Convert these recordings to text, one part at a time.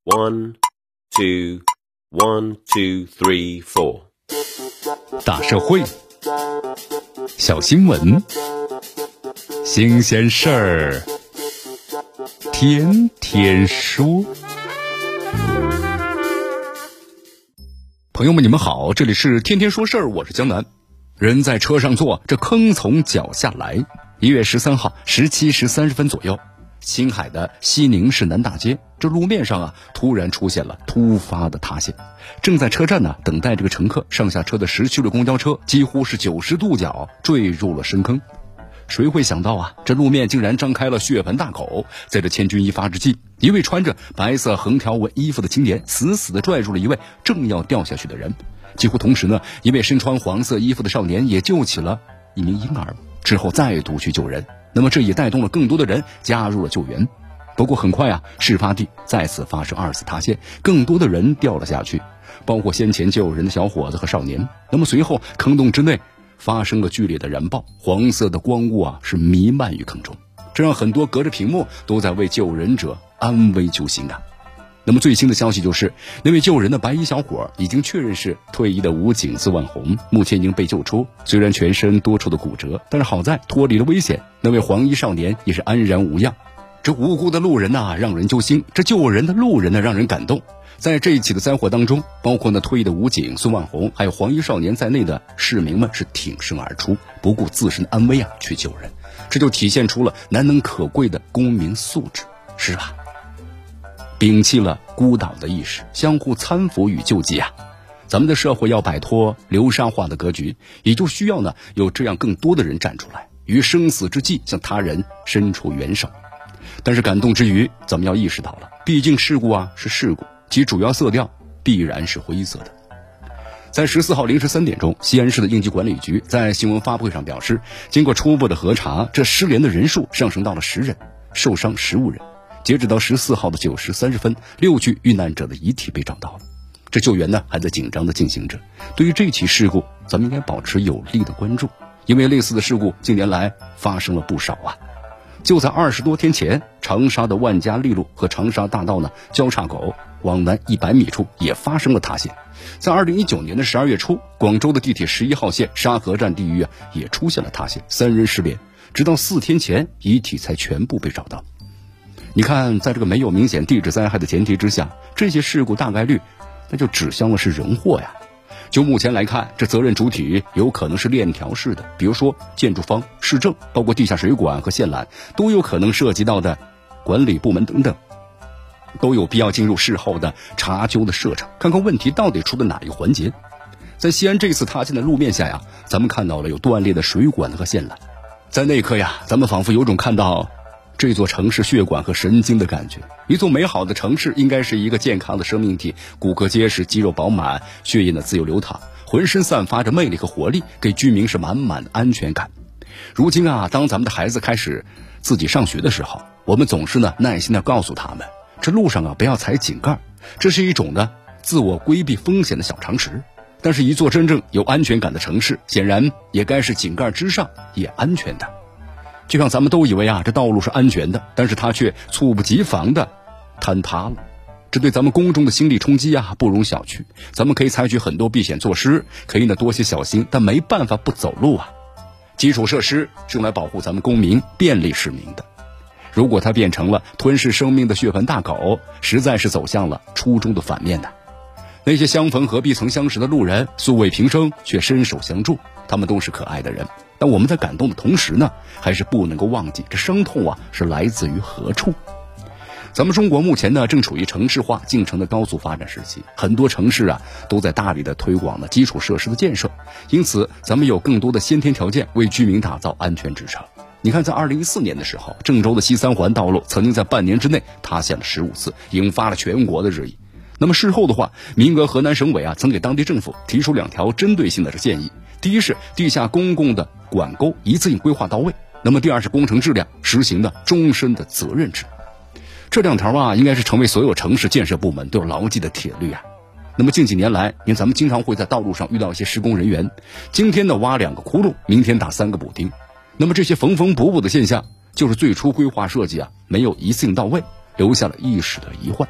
One, two, 1, 2, 3, 4。 大社会，小新闻，新鲜事儿，天天说。朋友们，你们好，这里是天天说事儿，我是江南。人在车上坐，这坑从脚下来。1月13号17时30分左右，青海的西宁市南大街，这路面上突然出现了突发的塌陷。正在车站等待这个乘客上下车的10驱的公交车几乎是90度角坠入了深坑。谁会想到这路面竟然张开了血盆大口。在这千钧一发之际，一位穿着白色横条纹衣服的青年死死地拽住了一位正要掉下去的人。几乎同时一位身穿黄色衣服的少年也救起了一名婴儿，之后再度去救人。那么这也带动了更多的人加入了救援。不过很快事发地再次发生2次塌陷，更多的人掉了下去，包括先前救人的小伙子和少年。那么随后坑洞之内发生了剧烈的燃爆，黄色的光雾是弥漫于坑中，这让很多隔着屏幕都在为救人者安危揪心那么最新的消息就是，那位救人的白衣小伙已经确认是退役的武警司万红，目前已经被救出。虽然全身多处的骨折，但是好在脱离了危险。那位黄衣少年也是安然无恙。这无辜的路人让人揪心，这救人的路人让人感动。在这一起的灾祸当中，包括退役的武警孙万红还有黄衣少年在内的市民们是挺身而出，不顾自身的安危去救人，这就体现出了难能可贵的公民素质，是吧？摒弃了孤岛的意识，相互搀扶与救济咱们的社会要摆脱流沙化的格局，也就需要有这样更多的人站出来，于生死之际向他人伸出援手。但是感动之余，咱们要意识到了，毕竟事故是事故，其主要色调必然是灰色的。在14号零时3点钟，西安市的应急管理局在新闻发布会上表示，经过初步的核查，这失联的人数上升到了10人，受伤15人。截止到14号的9时30分，6具遇难者的遗体被找到了。这救援还在紧张的进行着。对于这起事故，咱们应该保持有力的关注，因为类似的事故近年来发生了不少就在20多天前，长沙的万家利路和长沙大道交叉口往南100米处也发生了塌陷。在2019年的12月初，广州的地铁11号线沙河站地域也出现了塌陷，3人失联，直到4天前遗体才全部被找到。你看，在这个没有明显地质灾害的前提之下，这些事故大概率那就指向了是人祸就目前来看，这责任主体有可能是链条式的，比如说建筑方、市政，包括地下水管和线缆都有可能涉及到的管理部门等等，都有必要进入事后的查究的射程，看看问题到底出的哪一个环节。在西安这次塌陷的路面下咱们看到了有断裂的水管和线缆，在那一刻咱们仿佛有种看到这座城市血管和神经的感觉。一座美好的城市应该是一个健康的生命体，骨骼结实，肌肉饱满，血液自由流淌，浑身散发着魅力和活力，给居民是满满的安全感。如今当咱们的孩子开始自己上学的时候，我们总是耐心地告诉他们，这路上不要踩井盖，这是一种自我规避风险的小常识。但是一座真正有安全感的城市，显然也该是井盖之上也安全的。就像咱们都以为这道路是安全的，但是它却猝不及防地坍塌了。这对咱们公众的心理冲击不容小觑。咱们可以采取很多避险措施，可以多些小心，但没办法不走路基础设施是用来保护咱们公民、便利市民的。如果它变成了吞噬生命的血盆大口，实在是走向了初衷的反面那些相逢何必曾相识的路人，素未平生却伸手相助，他们都是可爱的人。但我们在感动的同时还是不能够忘记这伤痛是来自于何处。咱们中国目前正处于城市化进程的高速发展时期，很多城市都在大力的推广基础设施的建设，因此咱们有更多的先天条件为居民打造安全之城。你看，在2014年的时候，郑州的西三环道路曾经在半年之内塌陷了15次，引发了全国的热议。那么事后的话，民革河南省委曾给当地政府提出2条针对性的建议。第一是地下公共的管沟一次性规划到位，那么第二是工程质量实行的终身的责任制。这2条应该是成为所有城市建设部门都有牢记的铁律那么近几年来，因为咱们经常会在道路上遇到一些施工人员，今天挖2个窟窿，明天打3个补丁。那么这些缝缝补补的现象，就是最初规划设计没有一次性到位，留下了一时的遗患。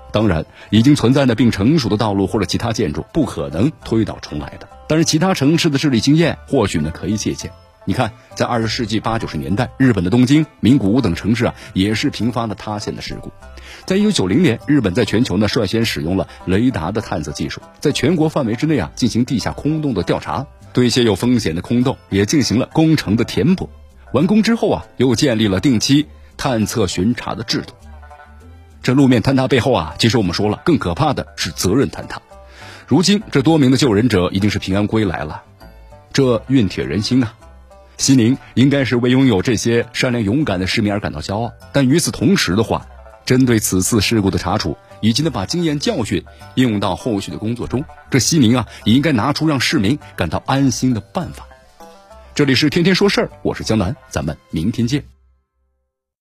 当然，已经存在的并成熟的道路或者其他建筑不可能推倒重来的，但是其他城市的治理经验或许呢可以借鉴。你看，在20世纪80、90年代，日本的东京、名古屋等城市也是频发的塌陷的事故。在1990年，日本在全球呢率先使用了雷达的探测技术，在全国范围之内进行地下空洞的调查，对一些有风险的空洞也进行了工程的填补。完工之后又建立了定期探测巡查的制度。这路面坍塌背后其实我们说了，更可怕的是责任坍塌。如今这多名的救人者已经是平安归来了，这熨帖人心西宁应该是为拥有这些善良勇敢的市民而感到骄傲，但与此同时的话，针对此次事故的查处，以及呢把经验教训应用到后续的工作中，这西宁也应该拿出让市民感到安心的办法。这里是天天说事儿，我是江南，咱们明天见。